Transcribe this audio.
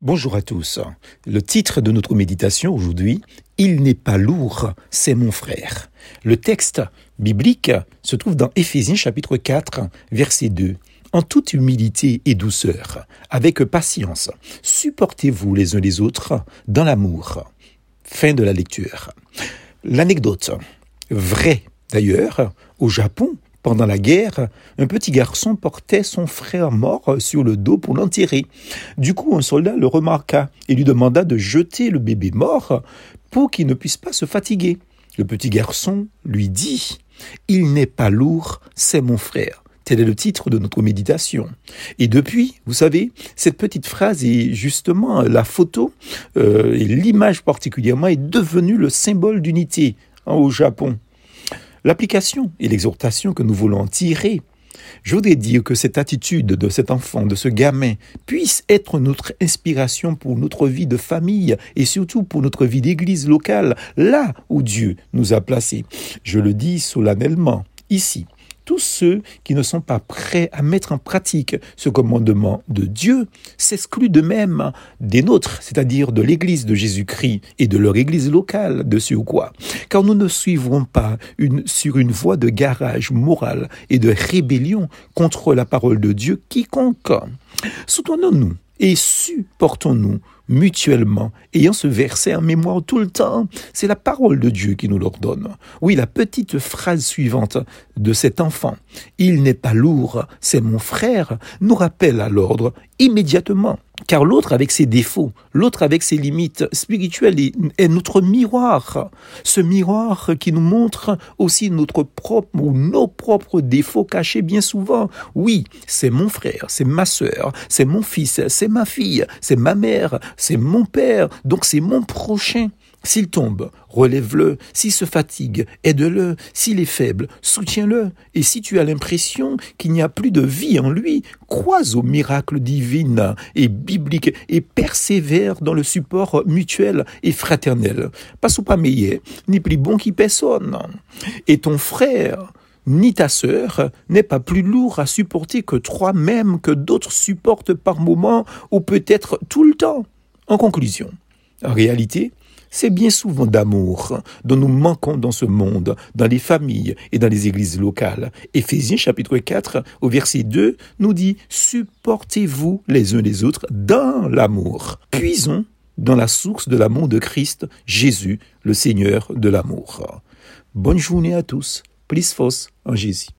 Bonjour à tous. Le titre de notre méditation aujourd'hui, « Il n'est pas lourd, c'est mon frère ». Le texte biblique se trouve dans Éphésiens chapitre 4, verset 2. « En toute humilité et douceur, avec patience, supportez-vous les uns les autres dans l'amour ». Fin de la lecture. L'anecdote, vraie d'ailleurs, au Japon, pendant la guerre, un petit garçon portait son frère mort sur le dos pour l'enterrer. Du coup, un soldat le remarqua et lui demanda de jeter le bébé mort pour qu'il ne puisse pas se fatiguer. Le petit garçon lui dit « Il n'est pas lourd, c'est mon frère ». Tel est le titre de notre méditation. Et depuis, vous savez, cette petite phrase est justement la photo, et l'image particulièrement est devenue le symbole d'unité au Japon. L'application et l'exhortation que nous voulons en tirer, je voudrais dire que cette attitude de cet enfant, de ce gamin, puisse être notre inspiration pour notre vie de famille et surtout pour notre vie d'église locale, là où Dieu nous a placés. Je le dis solennellement, ici. Tous ceux qui ne sont pas prêts à mettre en pratique ce commandement de Dieu s'excluent d'eux-mêmes des nôtres, c'est-à-dire de l'Église de Jésus-Christ et de leur Église locale, de ce ou quoi. Car nous ne suivrons pas sur une voie de garage moral et de rébellion contre la parole de Dieu quiconque. Soutenons-nous et supportons-nous mutuellement, ayant ce verset en mémoire tout le temps. C'est la parole de Dieu qui nous l'ordonne. Oui, la petite phrase suivante de cet enfant, « Il n'est pas lourd, c'est mon frère », nous rappelle à l'ordre immédiatement. Car l'autre avec ses défauts, l'autre avec ses limites spirituelles est notre miroir. Ce miroir qui nous montre aussi notre propre ou nos propres défauts cachés bien souvent. Oui, c'est mon frère, c'est ma sœur, c'est mon fils, c'est ma fille, c'est ma mère, c'est mon père, donc c'est mon prochain. S'il tombe, relève-le. S'il se fatigue, aide-le. S'il est faible, soutiens-le. Et si tu as l'impression qu'il n'y a plus de vie en lui, crois au miracle divin et biblique et persévère dans le support mutuel et fraternel. Pas sous pas meilleur, ni plus bon qui personne. Et ton frère, ni ta sœur n'est pas plus lourd à supporter que toi-même, que d'autres supportent par moment ou peut-être tout le temps. En conclusion, en réalité, c'est bien souvent d'amour dont nous manquons dans ce monde, dans les familles et dans les églises locales. Éphésiens chapitre 4 au verset 2 nous dit « Supportez-vous les uns les autres dans l'amour ». Puisons dans la source de l'amour de Christ, Jésus, le Seigneur de l'amour. Bonne journée à tous. Plus fos en Jésus.